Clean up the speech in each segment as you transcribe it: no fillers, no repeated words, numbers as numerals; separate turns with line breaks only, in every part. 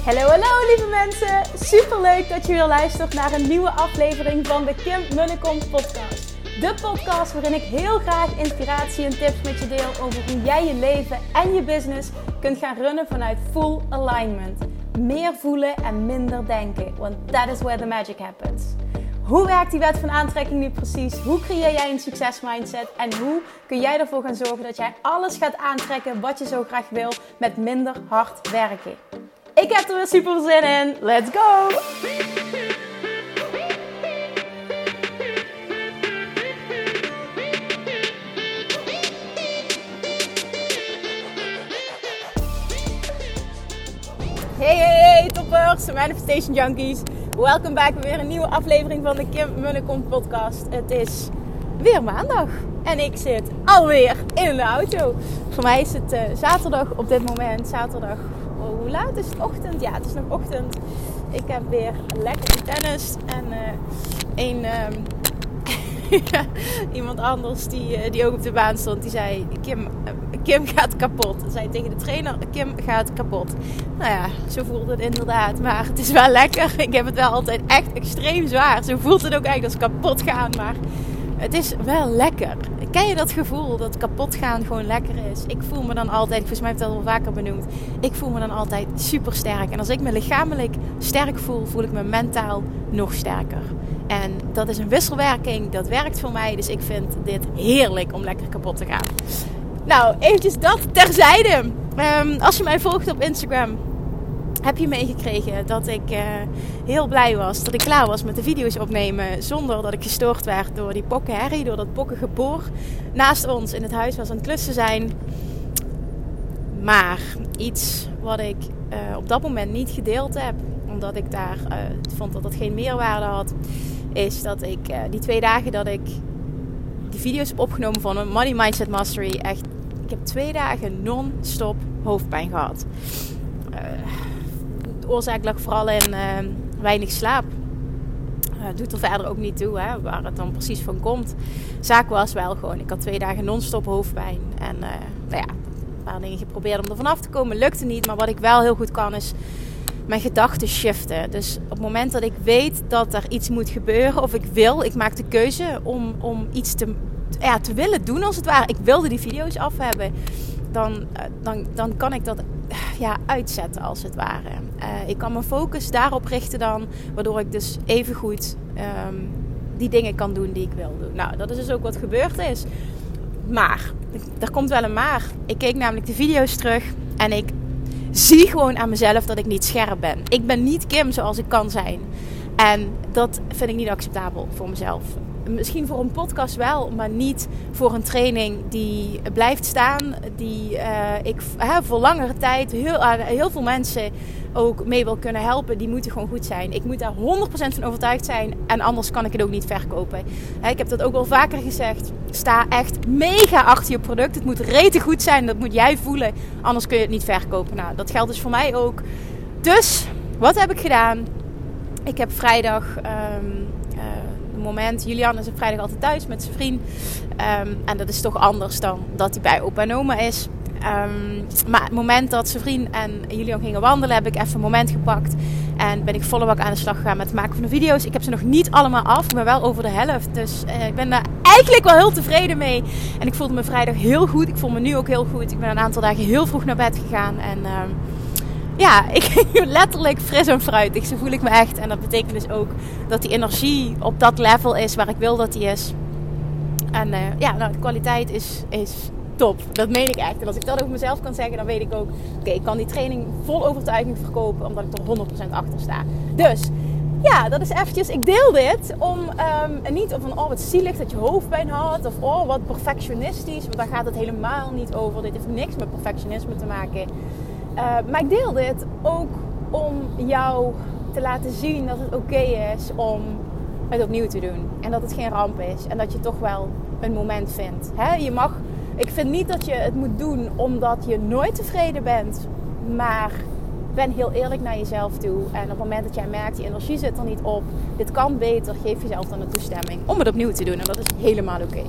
Hallo lieve mensen, superleuk dat je weer luistert naar een nieuwe aflevering van de Kim Munnekom podcast. De podcast waarin ik heel graag inspiratie en tips met je deel over hoe jij je leven en je business kunt gaan runnen vanuit full alignment. Meer voelen en minder denken, want that is where the magic happens. Hoe werkt die wet van aantrekking nu precies? Hoe creëer jij een succesmindset? En hoe kun jij ervoor gaan zorgen dat jij alles gaat aantrekken wat je zo graag wil met minder hard werken? Ik heb er weer super zin in. Let's go! Hey toppers, Manifestation Junkies. Welkom back bij weer een nieuwe aflevering van de Kim Munnekom podcast. Het is weer maandag en ik zit alweer in de auto. Voor mij is het zaterdag op dit moment. Zaterdag, hoe laat is het? Ochtend? Ja, het is nog ochtend. Ik heb weer lekker getennist en iemand anders die ook op de baan stond, die zei: Kim gaat kapot. Zei tegen de trainer: Kim gaat kapot. Nou ja, zo voelt het inderdaad. Maar het is wel lekker. Ik heb het wel altijd echt extreem zwaar. Zo voelt het ook eigenlijk als kapot gaan. Maar het is wel lekker. Ken je dat gevoel dat kapot gaan gewoon lekker is? Ik voel me dan altijd, volgens mij heb ik dat al vaker benoemd, ik voel me dan altijd super sterk. En als ik me lichamelijk sterk voel, voel ik me mentaal nog sterker. En dat is een wisselwerking, dat werkt voor mij. Dus ik vind dit heerlijk om lekker kapot te gaan. Nou, eventjes dat terzijde. Als je mij volgt op Instagram, heb je meegekregen dat ik heel blij was dat ik klaar was met de video's opnemen zonder dat ik gestoord werd door die pokkenherrie, door dat pokkengeboor naast ons in het huis was aan het klussen zijn. Maar iets wat ik op dat moment niet gedeeld heb, omdat ik daar vond dat het geen meerwaarde had, is dat ik die 2 dagen dat ik die video's heb opgenomen van Money Mindset Mastery, echt, ik heb 2 dagen non-stop hoofdpijn gehad. De oorzaak lag vooral in weinig slaap. Doet er verder ook niet toe, hè, waar het dan precies van komt. Zaak was wel gewoon, ik had 2 dagen non-stop hoofdpijn. En een paar dingen geprobeerd om er vanaf te komen, lukte niet. Maar wat ik wel heel goed kan is mijn gedachten shiften. Dus op het moment dat ik weet dat er iets moet gebeuren, of ik maak de keuze om iets te willen doen als het ware. Ik wilde die video's af hebben. Dan kan ik dat uitzetten als het ware. Ik kan mijn focus daarop richten dan, waardoor ik dus even goed die dingen kan doen die ik wil doen. Nou, dat is dus ook wat gebeurd is. Maar, er komt wel een maar. Ik keek namelijk de video's terug en ik zie gewoon aan mezelf dat ik niet scherp ben. Ik ben niet Kim zoals ik kan zijn. En dat vind ik niet acceptabel voor mezelf. Misschien voor een podcast wel, maar niet voor een training die blijft staan. Die ik voor langere tijd heel veel mensen ook mee wil kunnen helpen. Die moeten gewoon goed zijn. Ik moet daar 100% van overtuigd zijn. En anders kan ik het ook niet verkopen. Ik heb dat ook wel vaker gezegd. Sta echt mega achter je product. Het moet rete goed zijn. Dat moet jij voelen. Anders kun je het niet verkopen. Nou, dat geldt dus voor mij ook. Dus, wat heb ik gedaan? Ik heb vrijdag... Julian is op vrijdag altijd thuis met zijn vriend. En dat is toch anders dan dat hij bij opa en oma is. Maar het moment dat zijn vriend en Julian gingen wandelen, heb ik even een moment gepakt. En ben ik volle bak aan de slag gegaan met het maken van de video's. Ik heb ze nog niet allemaal af, maar wel over de helft. Dus ik ben daar eigenlijk wel heel tevreden mee. En ik voelde me vrijdag heel goed. Ik voel me nu ook heel goed. Ik ben een aantal dagen heel vroeg naar bed gegaan. En ik ging letterlijk fris en fruitig. Zo voel ik me echt. En dat betekent dus ook dat die energie op dat level is waar ik wil dat die is. En de kwaliteit is top. Dat meen ik echt. En als ik dat over mezelf kan zeggen, dan weet ik ook... Oké, ik kan die training vol overtuiging verkopen, omdat ik er 100% achter sta. Dus, ja, dat is eventjes... Ik deel dit om niet van... Oh, wat zielig dat je hoofdpijn had. Of oh, wat perfectionistisch. Want daar gaat het helemaal niet over. Dit heeft niks met perfectionisme te maken. Maar ik deel dit ook om jou te laten zien dat het oké is om het opnieuw te doen. En dat het geen ramp is. En dat je toch wel een moment vindt. Ik vind niet dat je het moet doen omdat je nooit tevreden bent. Maar ben heel eerlijk naar jezelf toe. En op het moment dat jij merkt, die energie zit er niet op. Dit kan beter. Geef jezelf dan de toestemming om het opnieuw te doen. En dat is helemaal oké.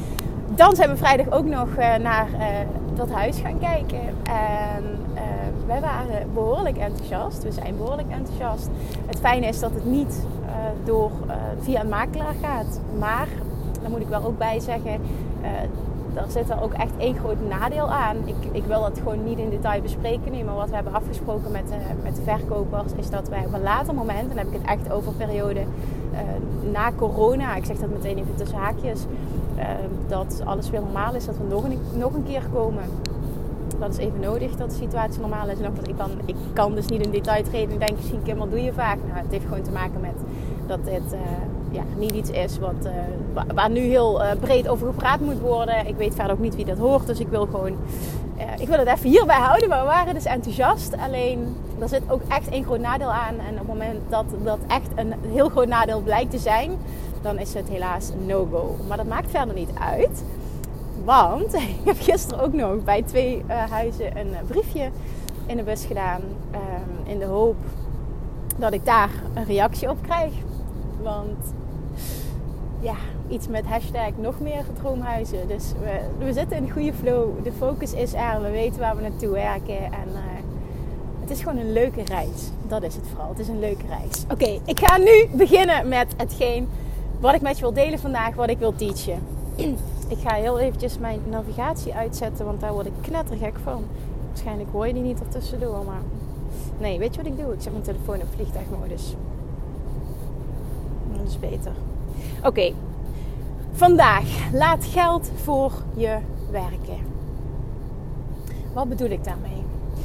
Dan zijn we vrijdag ook nog naar dat huis gaan kijken. En wij waren behoorlijk enthousiast. We zijn behoorlijk enthousiast. Het fijne is dat het niet via een makelaar gaat. Maar, daar moet ik wel ook bij zeggen, daar zit er ook echt één groot nadeel aan. Ik wil dat gewoon niet in detail bespreken nu. Maar wat we hebben afgesproken met de verkopers is dat wij op een later moment, en dan heb ik het echt over periode na corona, ik zeg dat meteen even tussen haakjes, dat alles weer normaal is, dat we nog een keer komen. Dat is even nodig dat de situatie normaal is. En ik kan dus niet in detail treden en denk misschien, Kim, wat doe je vaak? Nou, het heeft gewoon te maken met dat dit niet iets is waar nu heel breed over gepraat moet worden. Ik weet verder ook niet wie dat hoort, dus ik wil het even hierbij houden. Maar we waren dus enthousiast. Alleen, er zit ook echt één groot nadeel aan. En op het moment dat dat echt een heel groot nadeel blijkt te zijn, dan is het helaas een no-go. Maar dat maakt verder niet uit. Want ik heb gisteren ook nog bij 2 huizen een briefje in de bus gedaan. In de hoop dat ik daar een reactie op krijg. Want ja, iets met hashtag nog meer droomhuizen. Dus we zitten in een goede flow. De focus is er. We weten waar we naartoe werken. En het is gewoon een leuke reis. Dat is het vooral. Het is een leuke reis. Oké, ik ga nu beginnen met hetgeen wat ik met je wil delen vandaag. Wat ik wil teachen. Ik ga heel eventjes mijn navigatie uitzetten. Want daar word ik knettergek van. Waarschijnlijk hoor je die niet ertussendoor. Maar nee, weet je wat ik doe? Ik zet mijn telefoon op vliegtuigmodus. Dat is beter. Oké. Vandaag. Laat geld voor je werken. Wat bedoel ik daarmee?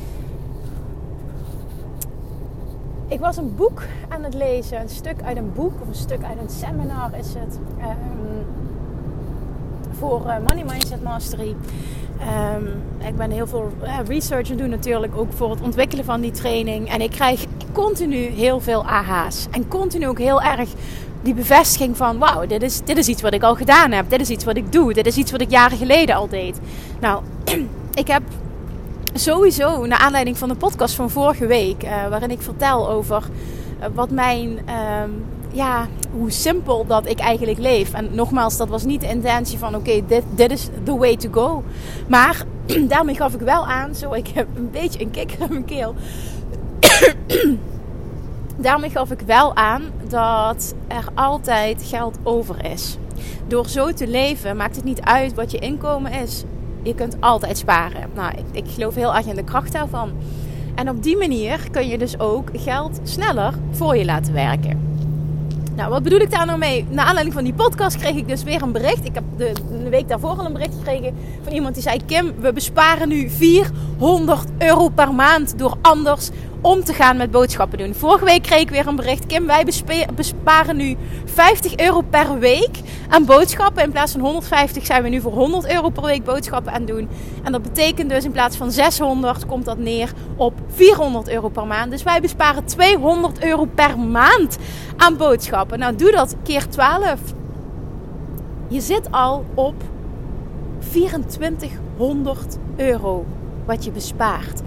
Ik was een boek aan het lezen. Een stuk uit een boek. Of een stuk uit een seminar is het. Voor Money Mindset Mastery. Ik ben heel veel research aan het doen natuurlijk. Ook voor het ontwikkelen van die training. En ik krijg continu heel veel AH's. En continu ook heel erg die bevestiging van, wauw, dit is iets wat ik al gedaan heb. Dit is iets wat ik doe. Dit is iets wat ik jaren geleden al deed. Nou, ik heb sowieso, naar aanleiding van de podcast van vorige week, waarin ik vertel over wat mijn, hoe simpel dat ik eigenlijk leef. En nogmaals, dat was niet de intentie van, oké, dit is the way to go. Maar daarmee gaf ik wel aan, ik heb een beetje een kikker in mijn keel. Daarmee gaf ik wel aan dat er altijd geld over is. Door zo te leven maakt het niet uit wat je inkomen is. Je kunt altijd sparen. Nou, ik geloof heel erg in de kracht daarvan. En op die manier kun je dus ook geld sneller voor je laten werken. Nou, wat bedoel ik daar nou mee? Naar aanleiding van die podcast kreeg ik dus weer een bericht. Ik heb de week daarvoor al een bericht gekregen van iemand die zei, Kim, we besparen nu €400 per maand door anders om te gaan met boodschappen doen. Vorige week kreeg ik weer een bericht. Kim, wij besparen nu €50 per week aan boodschappen. In plaats van 150 zijn we nu voor €100 per week boodschappen aan het doen. En dat betekent dus in plaats van 600 komt dat neer op €400 per maand. Dus wij besparen €200 per maand aan boodschappen. Nou, doe dat keer 12. Je zit al op €2400 wat je bespaart.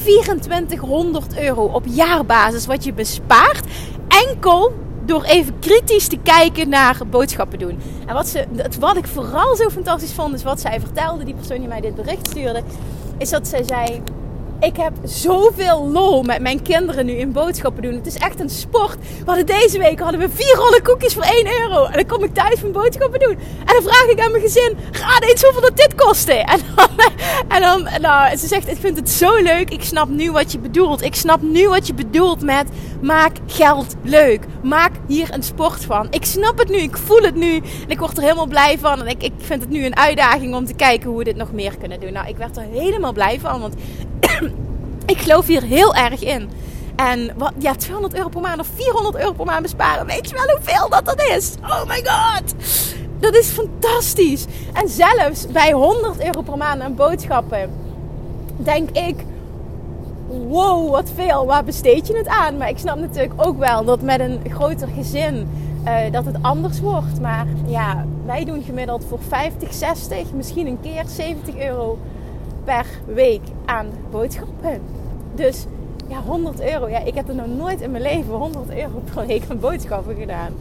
€2400 op jaarbasis wat je bespaart. Enkel door even kritisch te kijken naar boodschappen doen. En wat ik vooral zo fantastisch vond, is wat zij vertelde, die persoon die mij dit bericht stuurde, is dat zij zei, ik heb zoveel lol met mijn kinderen nu in boodschappen doen. Het is echt een sport. Deze week hadden we 4 rollen koekjes voor €1. En dan kom ik thuis van boodschappen doen. En dan vraag ik aan mijn gezin, raad eens hoeveel dat dit kostte. En dan, ze zegt, ik vind het zo leuk. Ik snap nu wat je bedoelt. Ik snap nu wat je bedoelt met, maak geld leuk. Maak hier een sport van. Ik snap het nu, ik voel het nu. En ik word er helemaal blij van. En ik vind het nu een uitdaging om te kijken hoe we dit nog meer kunnen doen. Nou, ik werd er helemaal blij van, want ik geloof hier heel erg in. En €200 per maand of €400 per maand besparen. Weet je wel hoeveel dat is? Oh my god! Dat is fantastisch. En zelfs bij €100 per maand aan boodschappen denk ik, wow, wat veel. Waar besteed je het aan? Maar ik snap natuurlijk ook wel dat met een groter gezin dat het anders wordt. Maar ja, wij doen gemiddeld voor 50, 60, misschien een keer €70 per week aan boodschappen. Dus ja, €100. Ja, ik heb er nog nooit in mijn leven €100 per week aan boodschappen gedaan.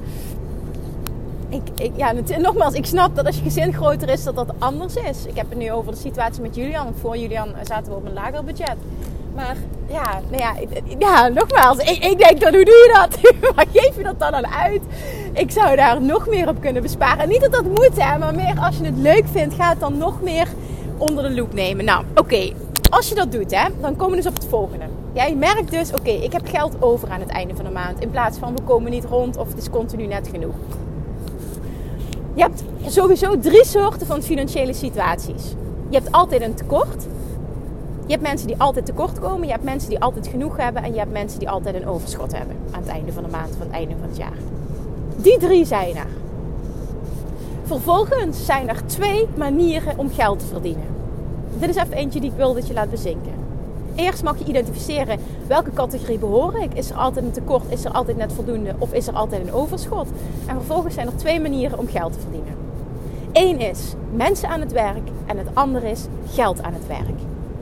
Nogmaals, ik snap dat als je gezin groter is, dat dat anders is. Ik heb het nu over de situatie met Julian. Want voor Julian zaten we op een lager budget. Maar nogmaals. Ik denk dan, hoe doe je dat? Waar geef je dat dan aan uit? Ik zou daar nog meer op kunnen besparen. En niet dat dat moet, hè, maar meer als je het leuk vindt, ga het dan nog meer onder de loep nemen. Nou, oké. Als je dat doet, hè, dan komen we dus op het volgende. Jij merkt dus, oké, ik heb geld over aan het einde van de maand. In plaats van, we komen niet rond of het is continu net genoeg. Je hebt sowieso 3 soorten van financiële situaties. Je hebt altijd een tekort. Je hebt mensen die altijd tekort komen. Je hebt mensen die altijd genoeg hebben. En je hebt mensen die altijd een overschot hebben. Aan het einde van de maand, aan het einde van het jaar. Die 3 zijn er. Vervolgens zijn er 2 manieren om geld te verdienen. Dit is even eentje die ik wil dat je laat bezinken. Eerst mag je identificeren welke categorie behoor ik. Is er altijd een tekort? Is er altijd net voldoende? Of is er altijd een overschot? En vervolgens zijn er 2 manieren om geld te verdienen. 1 is mensen aan het werk. En het andere is geld aan het werk.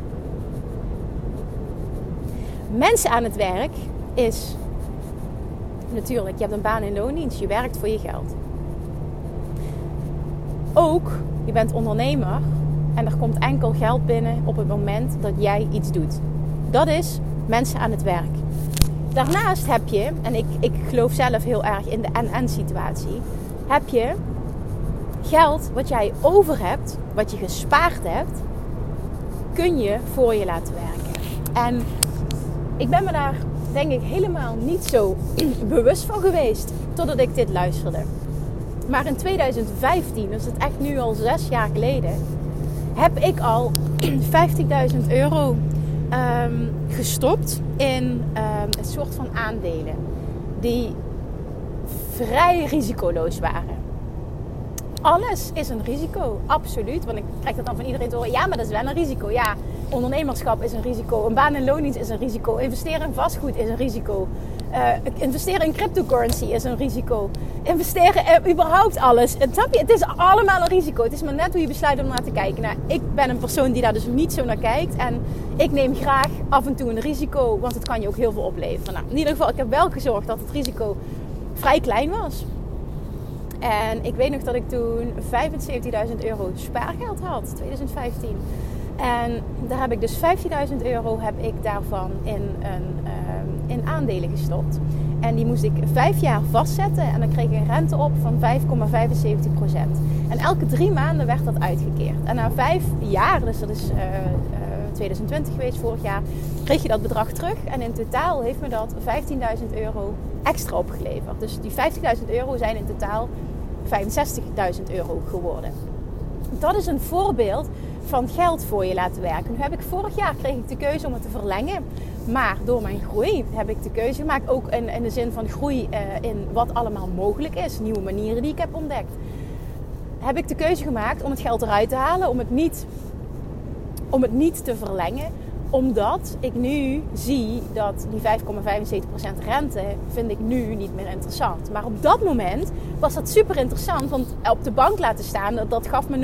Mensen aan het werk is... Natuurlijk, je hebt een baan in loondienst. Je werkt voor je geld. Ook, je bent ondernemer. En er komt enkel geld binnen op het moment dat jij iets doet. Dat is mensen aan het werk. Daarnaast heb je, en ik geloof zelf heel erg in de en situatie. Heb je geld wat jij over hebt, wat je gespaard hebt, kun je voor je laten werken. En ik ben me daar denk ik helemaal niet zo bewust van geweest totdat ik dit luisterde. Maar in 2015, dus het echt nu al 6 jaar geleden, heb ik al 50.000 euro gestopt in een soort van aandelen die vrij risicoloos waren. Alles is een risico, absoluut. Want ik krijg dat dan van iedereen te horen. Ja, maar dat is wel een risico. Ja, ondernemerschap is een risico. Een baan in loondienst is een risico. Investeren in vastgoed is een risico. Investeren in cryptocurrency is een risico. Investeren in überhaupt alles. Het is allemaal een risico. Het is maar net hoe je besluit om naar te kijken. Nou, ik ben een persoon die daar dus niet zo naar kijkt. En ik neem graag af en toe een risico. Want het kan je ook heel veel opleveren. Nou, in ieder geval, ik heb wel gezorgd dat het risico vrij klein was. En ik weet nog dat ik toen 75.000 euro spaargeld had, 2015. En daar heb ik dus 15.000 euro heb ik daarvan in aandelen gestopt. En die moest ik 5 jaar vastzetten en dan kreeg ik een rente op van 5,75%. En elke 3 maanden werd dat uitgekeerd. En na 5 jaar, dus dat is 2020 geweest, vorig jaar, kreeg je dat bedrag terug. En in totaal heeft me dat 15.000 euro extra opgeleverd. Dus die 50.000 euro zijn in totaal 65.000 euro geworden. Dat is een voorbeeld van geld voor je laten werken. Nu heb ik vorig jaar kreeg ik de keuze om het te verlengen. Maar door mijn groei heb ik de keuze gemaakt. Ook in de zin van groei in wat allemaal mogelijk is. Nieuwe manieren die ik heb ontdekt. Heb ik de keuze gemaakt om het geld eruit te halen. Om het niet te verlengen. Omdat ik nu zie dat die 5,75% rente vind ik nu niet meer interessant. Maar op dat moment was dat super interessant. Want op de bank laten staan, dat gaf me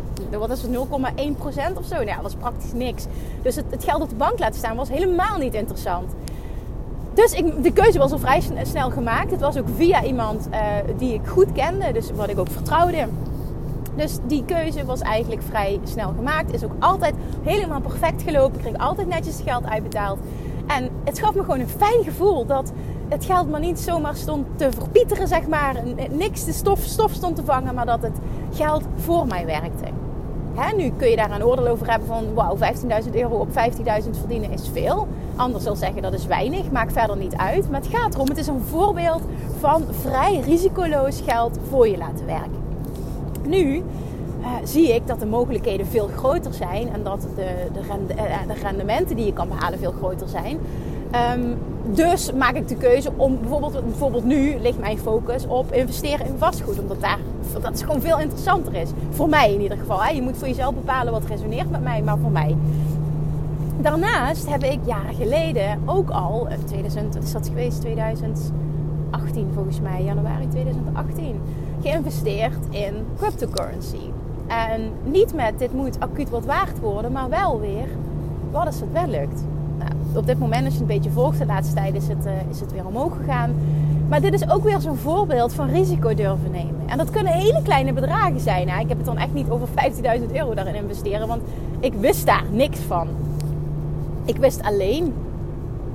0,1% of zo. Nou ja, dat was praktisch niks. Dus het geld op de bank laten staan was helemaal niet interessant. Dus de keuze was al vrij snel gemaakt. Het was ook via iemand die ik goed kende. Dus wat ik ook vertrouwde. Dus die keuze was eigenlijk vrij snel gemaakt. Is ook altijd helemaal perfect gelopen. Ik kreeg altijd netjes het geld uitbetaald. En het gaf me gewoon een fijn gevoel dat het geld maar niet zomaar stond te verpieteren, zeg maar. Niks de stof stond te vangen, maar dat het geld voor mij werkte. Nu kun je daar een oordeel over hebben van... wauw, 15.000 euro op 15.000 verdienen is veel. Anders zal zeggen dat is weinig, maakt verder niet uit. Maar het gaat erom, het is een voorbeeld van vrij risicoloos geld voor je laten werken. Nu zie ik dat de mogelijkheden veel groter zijn en dat de rendementen die je kan behalen veel groter zijn. Dus maak ik de keuze om bijvoorbeeld nu ligt mijn focus op investeren in vastgoed. Omdat dat is gewoon veel interessanter is. Voor mij in ieder geval. Je moet voor jezelf bepalen wat resoneert met mij, maar voor mij. Daarnaast heb ik jaren geleden ook al, wat is dat geweest? 2018 volgens mij, januari 2018, geïnvesteerd in cryptocurrency. En niet met dit moet acuut wat waard worden, maar wel weer wat als het wel lukt. Nou, op dit moment, als je een beetje volgt, de laatste tijd is het weer omhoog gegaan. Maar dit is ook weer zo'n voorbeeld van risico durven nemen. En dat kunnen hele kleine bedragen zijn. Ik heb het dan echt niet over 15.000 euro daarin investeren, want ik wist daar niks van. Ik wist alleen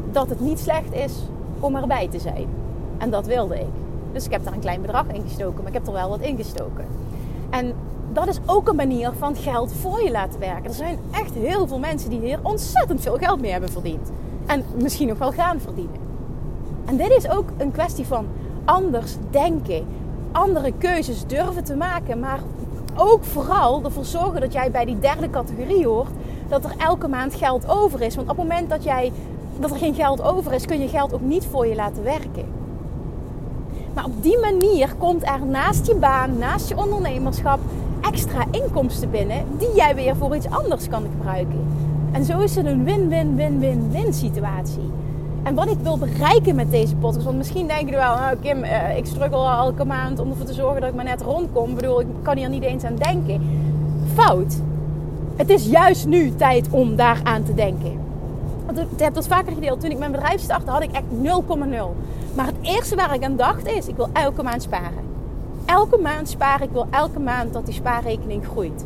dat het niet slecht is om erbij te zijn. En dat wilde ik. Dus ik heb daar een klein bedrag in gestoken, maar ik heb er wel wat in gestoken. En dat is ook een manier van geld voor je laten werken. Er zijn echt heel veel mensen die hier ontzettend veel geld mee hebben verdiend. En misschien nog wel gaan verdienen. En dit is ook een kwestie van anders denken. Andere keuzes durven te maken. Maar ook vooral ervoor zorgen dat jij bij die derde categorie hoort. Dat er elke maand geld over is. Want op het moment dat er geen geld over is, kun je geld ook niet voor je laten werken. Maar op die manier komt er naast je baan, naast je ondernemerschap, extra inkomsten binnen die jij weer voor iets anders kan gebruiken. En zo is het een win-win-win-win-win situatie. En wat ik wil bereiken met deze podcast, want misschien denk je wel, nou Kim, ik struggle al elke maand om ervoor te zorgen dat ik maar net rondkom. Ik bedoel, ik kan hier niet eens aan denken. Fout. Het is juist nu tijd om daar aan te denken. Ik heb dat vaker gedeeld. Toen ik mijn bedrijf startte, had ik echt 0,0. Maar het eerste waar ik aan dacht is, ik wil elke maand sparen. Elke maand sparen. Ik wil elke maand dat die spaarrekening groeit.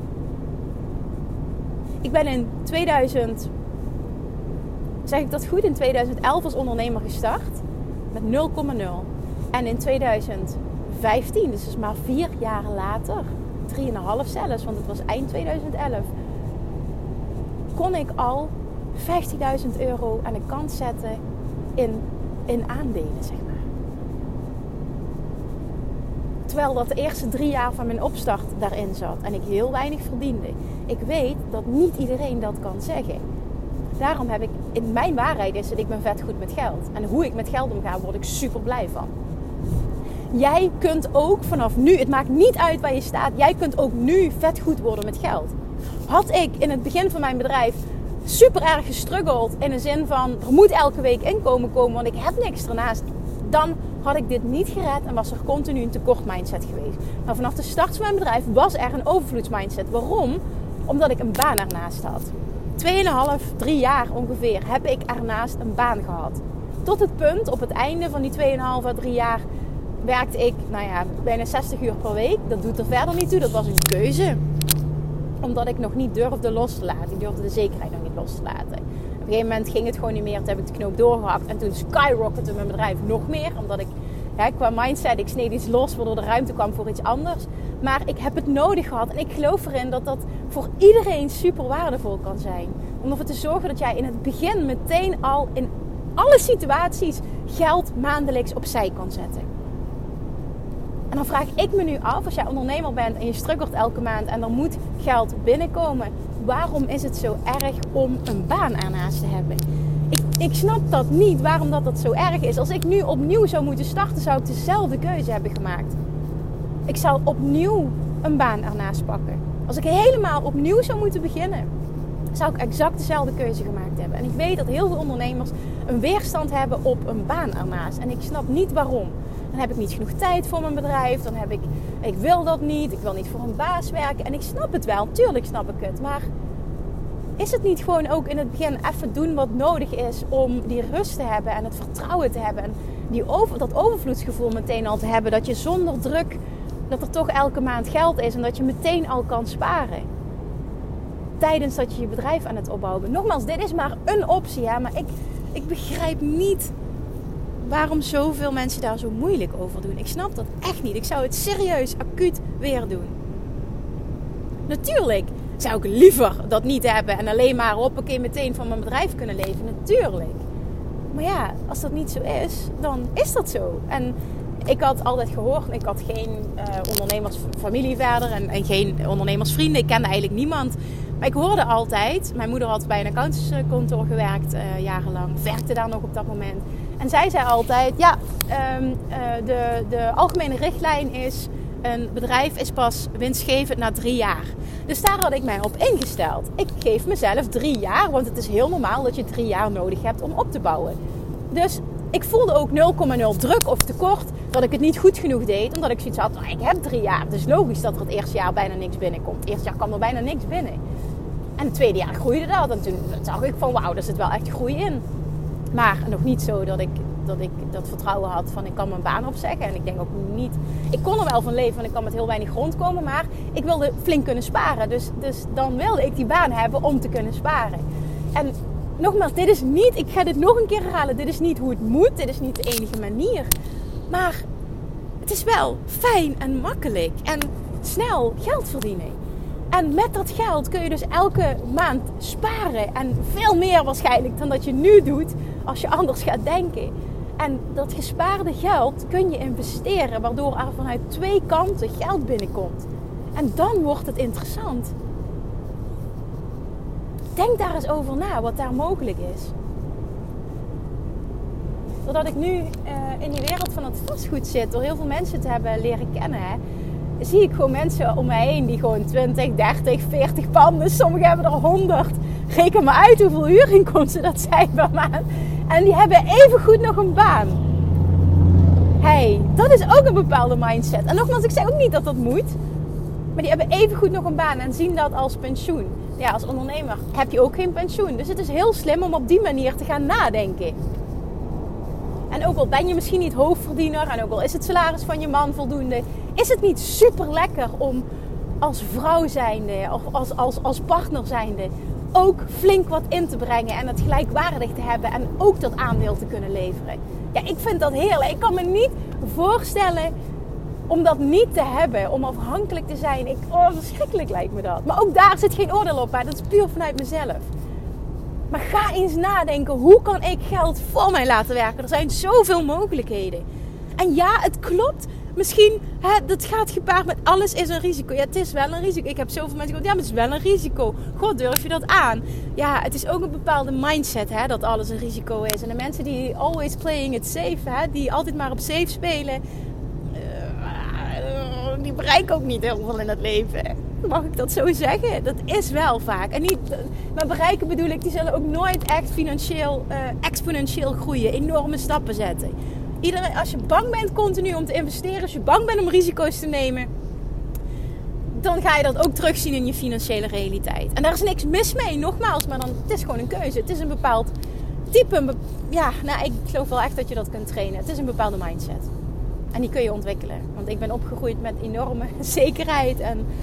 Ik ben in 2000, zeg ik dat goed, in 2011 als ondernemer gestart. Met 0,0. En in 2015, dus maar 4 jaar later, 3,5 zelfs, want het was eind 2011, kon ik al €50.000 aan de kant zetten in aandelen, zeg maar. Terwijl dat de eerste 3 jaar van mijn opstart daarin zat en ik heel weinig verdiende. Ik weet dat niet iedereen dat kan zeggen. Daarom heb ik, in mijn waarheid is dat ik ben vet goed met geld. En hoe ik met geld omga, word ik super blij van. Jij kunt ook vanaf nu, het maakt niet uit waar je staat, jij kunt ook nu vet goed worden met geld. Had ik in het begin van mijn bedrijf super erg gestruggeld in de zin van, er moet elke week inkomen komen, want ik heb niks ernaast, dan had ik dit niet gered en was er continu een tekort mindset geweest. Maar vanaf de start van mijn bedrijf was er een overvloedsmindset. Waarom? Omdat ik een baan ernaast had. 2,5, 3 jaar ongeveer heb ik ernaast een baan gehad. Tot het punt, op het einde van die 2,5 à 3 jaar, werkte ik bijna 60 uur per week. Dat doet er verder niet toe, dat was een keuze. Omdat ik nog niet durfde los te laten. Ik durfde de zekerheid nog niet los te laten. Op een gegeven moment ging het gewoon niet meer. Toen heb ik de knoop doorgehakt. En toen skyrockette mijn bedrijf nog meer. Omdat ik, qua mindset, ik sneed iets los. Waardoor de ruimte kwam voor iets anders. Maar ik heb het nodig gehad. En ik geloof erin dat dat voor iedereen super waardevol kan zijn. Om ervoor te zorgen dat jij in het begin meteen al in alle situaties geld maandelijks opzij kan zetten. En dan vraag ik me nu af, als jij ondernemer bent en je struggelt elke maand en er moet geld binnenkomen, waarom is het zo erg om een baan ernaast te hebben? Ik snap dat niet, waarom dat zo erg is. Als ik nu opnieuw zou moeten starten, zou ik dezelfde keuze hebben gemaakt. Ik zou opnieuw een baan ernaast pakken. Als ik helemaal opnieuw zou moeten beginnen, zou ik exact dezelfde keuze gemaakt hebben. En ik weet dat heel veel ondernemers een weerstand hebben op een baan ernaast. En ik snap niet waarom. Dan heb ik niet genoeg tijd voor mijn bedrijf. Dan heb ik wil dat niet. Ik wil niet voor een baas werken. En ik snap het wel. Tuurlijk snap ik het. Maar is het niet gewoon ook in het begin even doen wat nodig is om die rust te hebben en het vertrouwen te hebben. En dat overvloedsgevoel meteen al te hebben. Dat je zonder druk, dat er toch elke maand geld is. En dat je meteen al kan sparen. Tijdens dat je je bedrijf aan het opbouwen bent. Nogmaals, dit is maar een optie. Hè? Maar ik begrijp niet waarom zoveel mensen daar zo moeilijk over doen. Ik snap dat echt niet. Ik zou het serieus, acuut weer doen. Natuurlijk zou ik liever dat niet hebben en alleen maar hoppakee meteen van mijn bedrijf kunnen leven. Natuurlijk. Maar ja, als dat niet zo is, dan is dat zo. En ik had altijd gehoord, ik had geen ondernemersfamilie verder en geen ondernemersvrienden. Ik kende eigenlijk niemand. Maar ik hoorde altijd, mijn moeder had bij een accountantskantoor gewerkt jarenlang. Werkte daar nog op dat moment. En zij zei altijd, de algemene richtlijn is, een bedrijf is pas winstgevend na 3 jaar. Dus daar had ik mij op ingesteld. Ik geef mezelf 3 jaar, want het is heel normaal dat je 3 jaar nodig hebt om op te bouwen. Dus ik voelde ook 0,0 druk of tekort dat ik het niet goed genoeg deed. Omdat ik zoiets had, ik heb 3 jaar. Het is logisch dat er het eerste jaar bijna niks binnenkomt. Het eerste jaar kwam er bijna niks binnen. En het tweede jaar groeide dat. En toen zag ik van wauw, daar zit wel echt groei in. Maar nog niet zo dat ik dat vertrouwen had van ik kan mijn baan opzeggen. En ik denk ook niet, ik kon er wel van leven, want ik kan met heel weinig rondkomen. Maar ik wilde flink kunnen sparen. Dus dan wilde ik die baan hebben om te kunnen sparen. En nogmaals, dit is niet, ik ga dit nog een keer herhalen, dit is niet hoe het moet, dit is niet de enige manier. Maar het is wel fijn en makkelijk en snel geld verdienen. En met dat geld kun je dus elke maand sparen. En veel meer waarschijnlijk dan dat je nu doet als je anders gaat denken. En dat gespaarde geld kun je investeren, waardoor er vanuit 2 kanten geld binnenkomt. En dan wordt het interessant. Denk daar eens over na, wat daar mogelijk is. Doordat ik nu in die wereld van het vastgoed zit, door heel veel mensen te hebben leren kennen, zie ik gewoon mensen om mij heen die gewoon 20, 30, 40 panden, sommigen hebben er 100. Reken maar uit hoeveel huurinkomsten dat zijn per maand. En die hebben evengoed nog een baan. Hey, dat is ook een bepaalde mindset. En nogmaals, ik zeg ook niet dat dat moet. Maar die hebben evengoed nog een baan en zien dat als pensioen. Ja, als ondernemer heb je ook geen pensioen. Dus het is heel slim om op die manier te gaan nadenken. En ook al ben je misschien niet hoofdverdiener en ook al is het salaris van je man voldoende, is het niet super lekker om als vrouw zijnde of als partner zijnde ook flink wat in te brengen en het gelijkwaardig te hebben en ook dat aandeel te kunnen leveren. Ja, ik vind dat heerlijk. Ik kan me niet voorstellen om dat niet te hebben, om afhankelijk te zijn. Verschrikkelijk lijkt me dat. Maar ook daar zit geen oordeel op, maar dat is puur vanuit mezelf. Maar ga eens nadenken, hoe kan ik geld voor mij laten werken? Er zijn zoveel mogelijkheden. En ja, het klopt. Misschien, dat gaat gepaard met alles is een risico. Ja, het is wel een risico. Ik heb zoveel mensen gehoord, ja, maar het is wel een risico. God, durf je dat aan? Ja, het is ook een bepaalde mindset, dat alles een risico is. En de mensen die always playing it safe, die altijd maar op safe spelen, die bereiken ook niet heel veel in het leven. Mag ik dat zo zeggen? Dat is wel vaak. En niet, maar bereiken bedoel ik, die zullen ook nooit echt financieel exponentieel groeien. Enorme stappen zetten. Als je bang bent continu om te investeren, als je bang bent om risico's te nemen, dan ga je dat ook terugzien in je financiële realiteit. En daar is niks mis mee, nogmaals, maar dan, het is gewoon een keuze. Het is een bepaald type. Ik geloof wel echt dat je dat kunt trainen. Het is een bepaalde mindset. En die kun je ontwikkelen. Want ik ben opgegroeid met enorme zekerheid.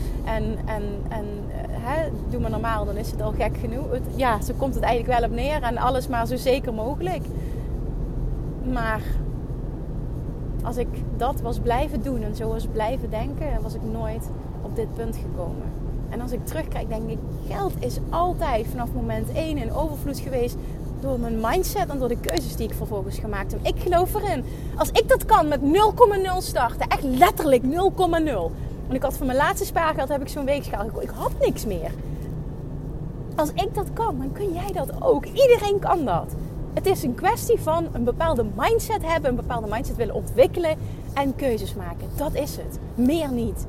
Doe maar normaal, dan is het al gek genoeg. Zo komt het eigenlijk wel op neer. En alles maar zo zeker mogelijk. Maar als ik dat was blijven doen en zo was blijven denken, was ik nooit op dit punt gekomen. En als ik terugkijk, denk ik, geld is altijd vanaf moment 1 in overvloed geweest door mijn mindset en door de keuzes die ik vervolgens gemaakt heb. Ik geloof erin. Als ik dat kan met 0,0 starten, echt letterlijk 0,0. Want ik had voor mijn laatste spaargeld heb ik zo'n weegschaal gekocht. Ik had niks meer. Als ik dat kan, dan kun jij dat ook. Iedereen kan dat. Het is een kwestie van een bepaalde mindset hebben, een bepaalde mindset willen ontwikkelen en keuzes maken. Dat is het. Meer niet.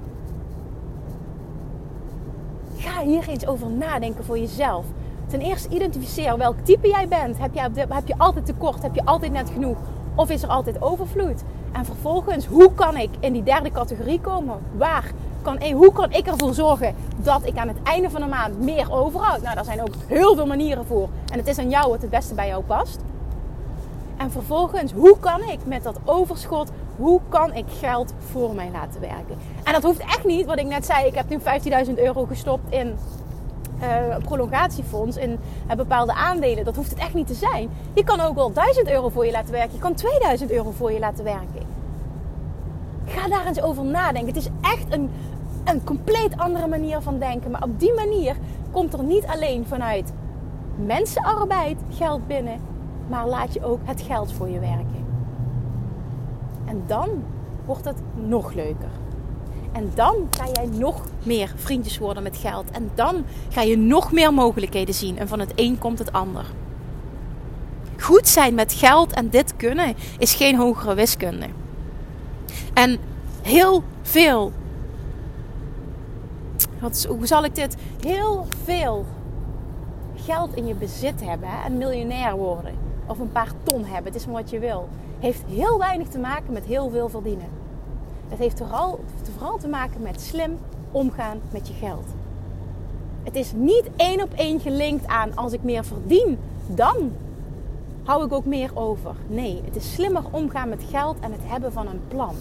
Ga hier eens over nadenken voor jezelf. Ten eerste identificeer welk type jij bent. Heb je altijd tekort? Heb je altijd net genoeg? Of is er altijd overvloed? En vervolgens, hoe kan ik in die derde categorie komen? Hoe kan ik ervoor zorgen dat ik aan het einde van de maand meer overhoud? Nou, daar zijn ook heel veel manieren voor. En het is aan jou wat het beste bij jou past. En vervolgens, hoe kan ik met dat overschot, hoe kan ik geld voor mij laten werken? En dat hoeft echt niet, wat ik net zei. Ik heb nu €15.000 gestopt in prolongatiefonds, in bepaalde aandelen. Dat hoeft het echt niet te zijn. Je kan ook wel €1.000 voor je laten werken. Je kan €2.000 voor je laten werken. Ga daar eens over nadenken. Het is echt een compleet andere manier van denken. Maar op die manier komt er niet alleen vanuit mensenarbeid geld binnen, maar laat je ook het geld voor je werken. En dan wordt het nog leuker. En dan ga jij nog meer vriendjes worden met geld. En dan ga je nog meer mogelijkheden zien. En van het een komt het ander. Goed zijn met geld en dit kunnen is geen hogere wiskunde. En heel veel, hoe zal ik dit? Heel veel geld in je bezit hebben en miljonair worden. Of een paar ton hebben, het is maar wat je wil. Heeft heel weinig te maken met heel veel verdienen. Het heeft vooral te maken met slim omgaan met je geld. Het is niet 1 op 1 gelinkt aan als ik meer verdien, dan hou ik ook meer over. Nee, het is slimmer omgaan met geld en het hebben van een plan.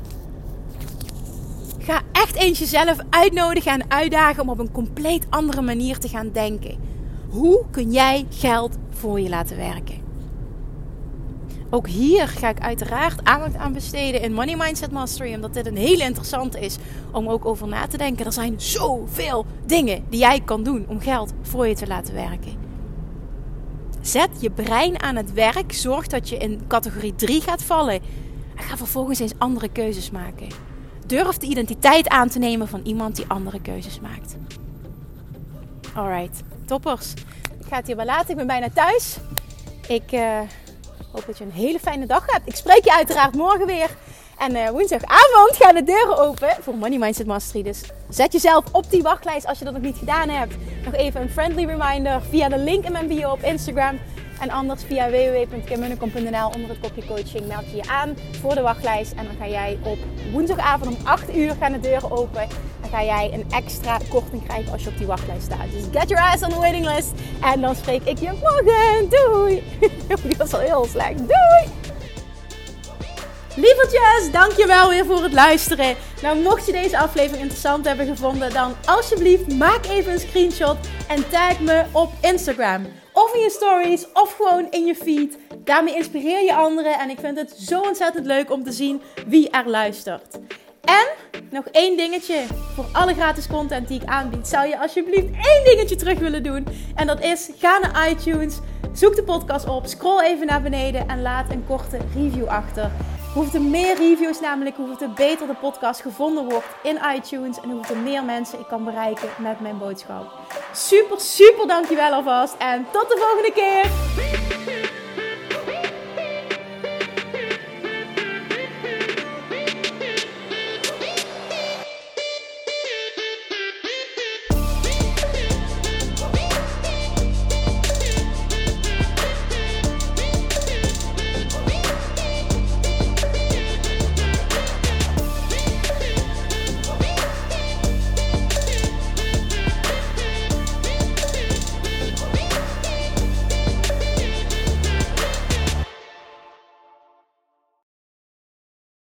Ga echt eens jezelf uitnodigen en uitdagen om op een compleet andere manier te gaan denken. Hoe kun jij geld voor je laten werken? Ook hier ga ik uiteraard aandacht aan besteden in Money Mindset Mastery. Omdat dit een hele interessante is om ook over na te denken. Er zijn zoveel dingen die jij kan doen om geld voor je te laten werken. Zet je brein aan het werk. Zorg dat je in categorie 3 gaat vallen. En ga vervolgens eens andere keuzes maken. Durf de identiteit aan te nemen van iemand die andere keuzes maakt. Alright, toppers. Ik ga het hierbij laten. Ik ben bijna thuis. Ik hoop dat je een hele fijne dag hebt. Ik spreek je uiteraard morgen weer. En woensdagavond gaan de deuren open voor Money Mindset Mastery. Dus zet jezelf op die wachtlijst als je dat nog niet gedaan hebt. Nog even een friendly reminder via de link in mijn bio op Instagram. En anders via www.kimmunnekom.nl onder het kopje coaching meld je je aan voor de wachtlijst. En dan ga jij op woensdagavond om 8 uur gaan de deuren open. Dan ga jij een extra korting krijgen als je op die wachtlijst staat. Dus get your ass on the waiting list. En dan spreek ik je morgen. Doei! Die was al heel slecht. Doei! Lievertjes, dankjewel weer voor het luisteren. Nou, mocht je deze aflevering interessant hebben gevonden, dan alsjeblieft maak even een screenshot en tag me op Instagram. Of in je stories, of gewoon in je feed. Daarmee inspireer je anderen en ik vind het zo ontzettend leuk om te zien wie er luistert. En nog één dingetje. Voor alle gratis content die ik aanbied, zou je alsjeblieft één dingetje terug willen doen. En dat is, ga naar iTunes, zoek de podcast op, scroll even naar beneden en laat een korte review achter. Hoeveel meer reviews namelijk, hoeveel beter de podcast gevonden wordt in iTunes. En hoeveel meer mensen ik kan bereiken met mijn boodschap. Super, super dankjewel alvast. En tot de volgende keer.